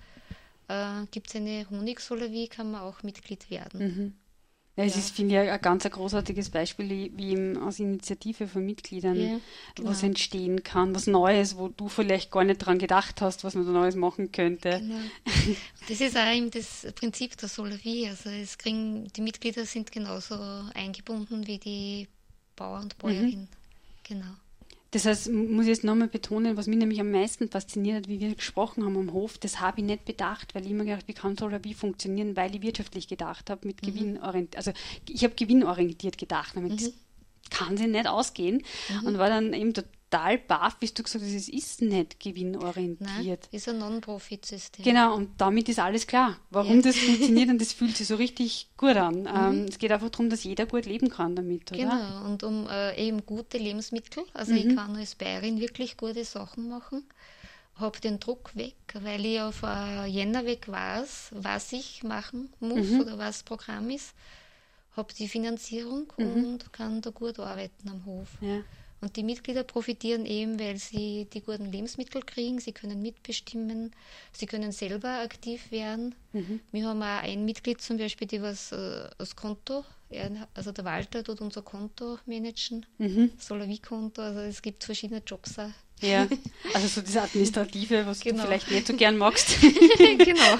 und gibt es eine Honigsolavi, kann man auch Mitglied werden. Ja, es ist, finde ich, ein ganz großartiges Beispiel, wie eben aus Initiative von Mitgliedern was entstehen kann, was Neues, wo du vielleicht gar nicht dran gedacht hast, was man da Neues machen könnte. Genau. Das ist auch eben das Prinzip der Solavi. Also die Mitglieder sind genauso eingebunden wie die Bauer und Bäuerin. Genau. Das heißt, muss ich jetzt nochmal betonen, was mich nämlich am meisten fasziniert hat, wie wir gesprochen haben am Hof, das habe ich nicht bedacht, weil ich immer gedacht, wie kann Solavi funktionieren, weil ich wirtschaftlich gedacht habe, mit gewinnorientiert, also ich habe gewinnorientiert gedacht, damit das kann sich nicht ausgehen und war dann eben total baff, wie du gesagt hast, es ist nicht gewinnorientiert. Nein, ist ein Non-Profit-System. Genau, und damit ist alles klar, warum das funktioniert und das fühlt sich so richtig gut an. Es geht einfach darum, dass jeder gut leben kann damit, oder? Genau, und um eben gute Lebensmittel, also ich kann als Bäuerin wirklich gute Sachen machen, habe den Druck weg, weil ich auf Jänner weg weiß, was ich machen muss oder was Programm ist, habe die Finanzierung und kann da gut arbeiten am Hof. Ja. Und die Mitglieder profitieren eben, weil sie die guten Lebensmittel kriegen, sie können mitbestimmen, sie können selber aktiv werden. Wir haben auch ein Mitglied zum Beispiel, die was das Konto, also der Walter tut unser Konto managen, Solavi-Konto, also es gibt verschiedene Jobs auch Ja, also so das Administrative, was Genau. du vielleicht nicht so gern magst. Genau.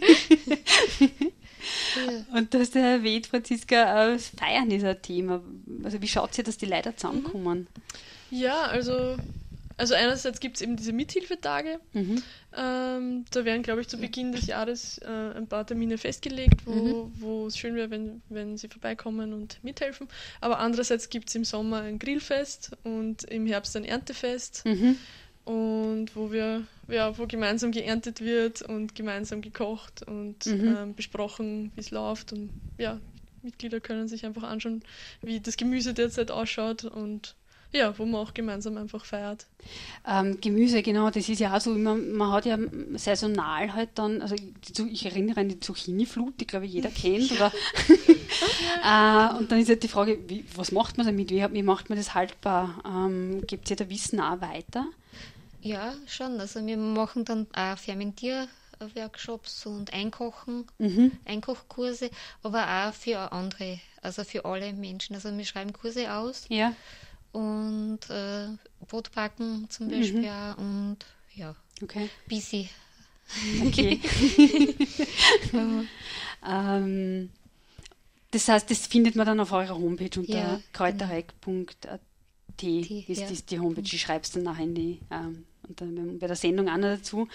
Und du hast ja erwähnt, Franziska, das Feiern ist ein Thema. Also wie schaut es dass die Leute zusammenkommen? Ja, also einerseits gibt es eben diese Mithilfetage. Da werden, glaube ich, zu Beginn des Jahres ein paar Termine festgelegt, wo es schön wäre, wenn sie vorbeikommen und mithelfen. Aber andererseits gibt es im Sommer ein Grillfest und im Herbst ein Erntefest. Und wo gemeinsam geerntet wird und gemeinsam gekocht und besprochen, wie es läuft. Und ja, Mitglieder können sich einfach anschauen, wie das Gemüse derzeit ausschaut und ja, wo man auch gemeinsam einfach feiert. Gemüse, genau, das ist ja auch so, man hat ja saisonal halt dann, also ich erinnere an die Zucchini-Flut, die glaube ich jeder kennt, oder und dann ist halt die Frage, was macht man damit, wie macht man das haltbar? Gibt es ja da Wissen auch weiter? Ja, schon. Also wir machen dann auch Fermentierworkshops und Einkochkurse, aber auch für andere, also für alle Menschen. Also wir schreiben Kurse aus. Ja. Und Brotbacken zum Beispiel auch und ja, okay. busy. Okay. Das heißt, das findet man dann auf eurer Homepage unter kräuterreck.at. ist die Homepage. Ich schreibe es dann nachher in die, bei der Sendung auch noch dazu.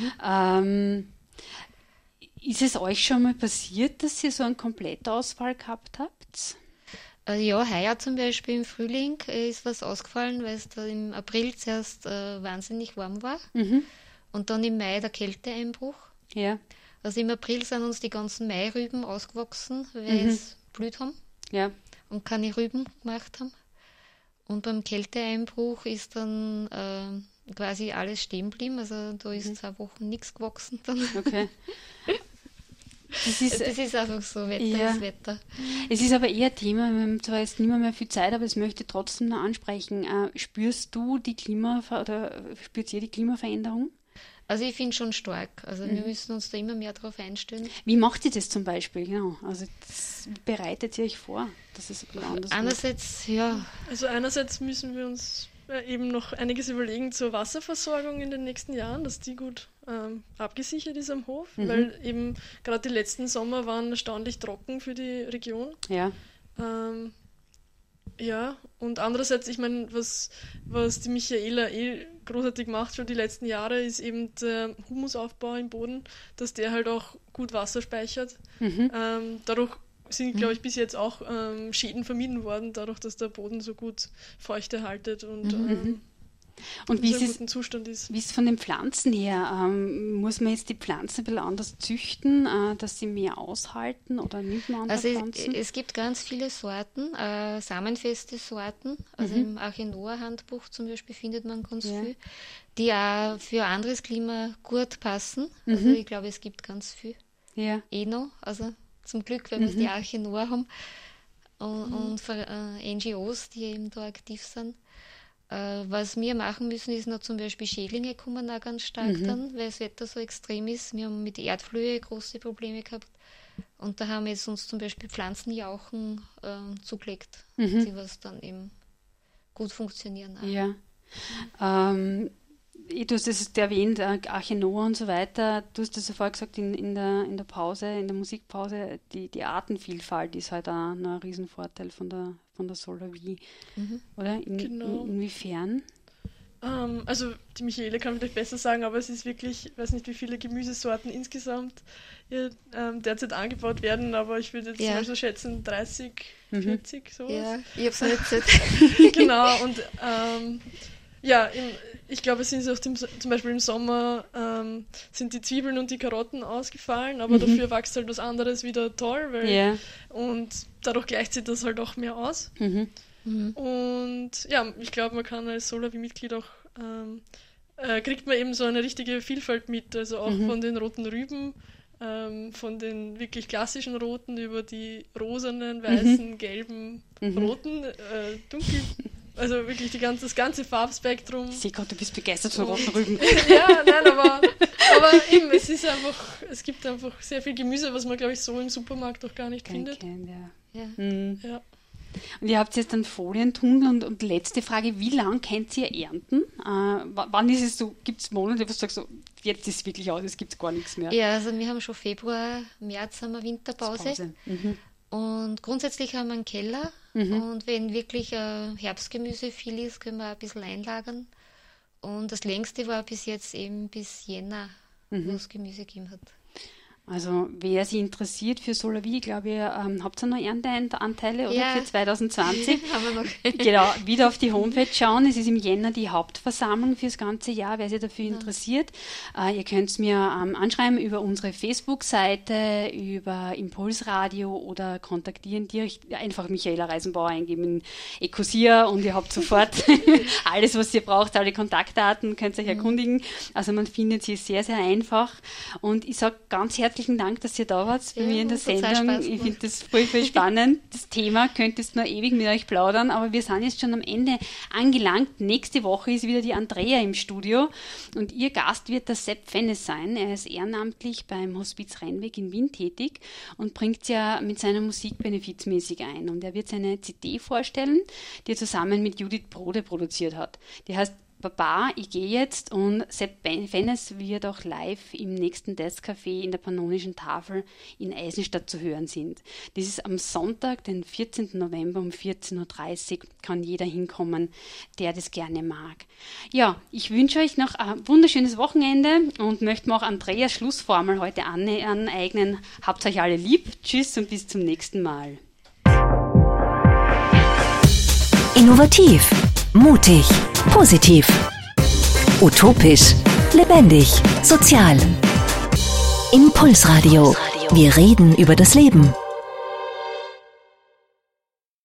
Ist es euch schon mal passiert, dass ihr so einen Komplettausfall gehabt habt? Ja, heuer zum Beispiel im Frühling ist was ausgefallen, weil es da im April zuerst wahnsinnig warm war und dann im Mai der Kälteeinbruch. Ja. Also im April sind uns die ganzen Mairüben ausgewachsen, weil es blüht haben und keine Rüben gemacht haben. Und beim Kälteeinbruch ist dann quasi alles stehen geblieben, also da ist 2 Wochen nichts gewachsen dann. Okay. Das ist einfach so, Wetter ist Wetter. Es ist aber eher ein Thema, wir haben zwar jetzt nicht mehr viel Zeit, aber das möchte ich trotzdem noch ansprechen. Spürst ihr die Klimaveränderung? Also ich finde schon stark. Also wir müssen uns da immer mehr darauf einstellen. Wie macht ihr das zum Beispiel? Genau. Also wie bereitet ihr euch vor, dass es ein bisschen anders Einerseits, ja. Also einerseits müssen wir uns eben noch einiges überlegen zur Wasserversorgung in den nächsten Jahren, dass die gut abgesichert ist am Hof, weil eben gerade die letzten Sommer waren erstaunlich trocken für die Region. Ja. Ja, und andererseits, ich meine, was die Michaela großartig macht schon die letzten Jahre, ist eben der Humusaufbau im Boden, dass der halt auch gut Wasser speichert. Dadurch sind, glaube ich, bis jetzt auch Schäden vermieden worden, dadurch, dass der Boden so gut Feuchte haltet und wie so ist einen guten Zustand ist. Wie ist von den Pflanzen her? Muss man jetzt die Pflanzen ein bisschen anders züchten, dass sie mehr aushalten oder nimmt man andere Pflanzen? Es gibt ganz viele Sorten, samenfeste Sorten. Also im Archenoa-Handbuch zum Beispiel findet man ganz viel, die auch für anderes Klima gut passen. Also ich glaube, es gibt ganz viel. Ja. Noch, also zum Glück, weil wir die Archenoa haben und für NGOs, die eben da aktiv sind. Was wir machen müssen, ist noch zum Beispiel Schädlinge kommen auch ganz stark dann, weil das Wetter so extrem ist. Wir haben mit Erdflöhe große Probleme gehabt und da haben wir jetzt uns zum Beispiel Pflanzenjauchen zugelegt, die was dann eben gut funktionieren. Auch. Ja. Du hast es erwähnt, Archenoa und so weiter. Du hast das ja vorher gesagt in der Pause, in der Musikpause, die Artenvielfalt ist halt auch noch ein Riesenvorteil von der Solavie, oder? Genau. Inwiefern? Also die Michaela kann vielleicht besser sagen, aber es ist wirklich, ich weiß nicht, wie viele Gemüsesorten insgesamt hier, derzeit angebaut werden, aber ich würde jetzt mal so schätzen 30, 40, sowas. Ja, ich habe es nicht. Genau, und ich glaube, es sind auch zum Beispiel im Sommer sind die Zwiebeln und die Karotten ausgefallen, aber dafür wächst halt was anderes wieder toll, weil und dadurch gleicht sich das halt auch mehr aus. Und ja, ich glaube, man kann als Solavie-Mitglied auch kriegt man eben so eine richtige Vielfalt mit, also auch von den roten Rüben, von den wirklich klassischen roten über die rosanen, weißen, gelben, roten, dunkel. Also wirklich das ganze Farbspektrum. Ich sehe gerade, du bist begeistert von roten Rüben. Ja, nein, aber eben, es gibt einfach sehr viel Gemüse, was man, glaube ich, so im Supermarkt auch gar nicht findet. Ja. Ja. Und ihr habt jetzt einen Folientunnel und letzte Frage, wie lange könnt ihr ernten? Wann ist es so, gibt es Monate, wo du sagst, so, jetzt ist es wirklich aus, es gibt gar nichts mehr? Ja, also wir haben schon Februar, März haben wir Winterpause. Und grundsätzlich haben wir einen Keller und wenn wirklich Herbstgemüse viel ist, können wir ein bisschen einlagern. Und das längste war bis jetzt eben bis Jänner, wo es Gemüse gegeben hat. Also wer sich interessiert für Solawi, glaube ich, habt ihr noch Ernteanteile oder für 2020? Haben wir noch. Genau, wieder auf die Homepage schauen. Es ist im Jänner die Hauptversammlung fürs ganze Jahr, wer sich dafür interessiert. Ihr könnt es mir anschreiben über unsere Facebook-Seite, über Impulsradio oder kontaktieren direkt einfach Michaela Reisenbauer eingeben in Ecosia und ihr habt sofort alles, was ihr braucht, alle Kontaktdaten, könnt ihr euch erkundigen. Also man findet sie sehr, sehr einfach. Und ich sage ganz herzlichen Dank, dass ihr da wart bei mir in der Sendung. Ich finde das voll spannend. Das Thema könntest nur ewig mit euch plaudern, aber wir sind jetzt schon am Ende angelangt. Nächste Woche ist wieder die Andrea im Studio und ihr Gast wird der Sepp Fennes sein. Er ist ehrenamtlich beim Hospiz Rennweg in Wien tätig und bringt ja mit seiner Musik benefizmäßig ein. Und er wird seine CD vorstellen, die er zusammen mit Judith Brode produziert hat. Die heißt Baba, ich gehe jetzt, und Sepp Fennes wird auch live im nächsten Desk-Café in der Pannonischen Tafel in Eisenstadt zu hören sind. Das ist am Sonntag, den 14. November um 14.30 Uhr, kann jeder hinkommen, der das gerne mag. Ja, ich wünsche euch noch ein wunderschönes Wochenende und möchte mir auch Andreas Schlussformel heute aneignen. Habt euch alle lieb, tschüss und bis zum nächsten Mal. Innovativ, mutig, positiv, utopisch, lebendig, sozial. Impulsradio. Wir reden über das Leben.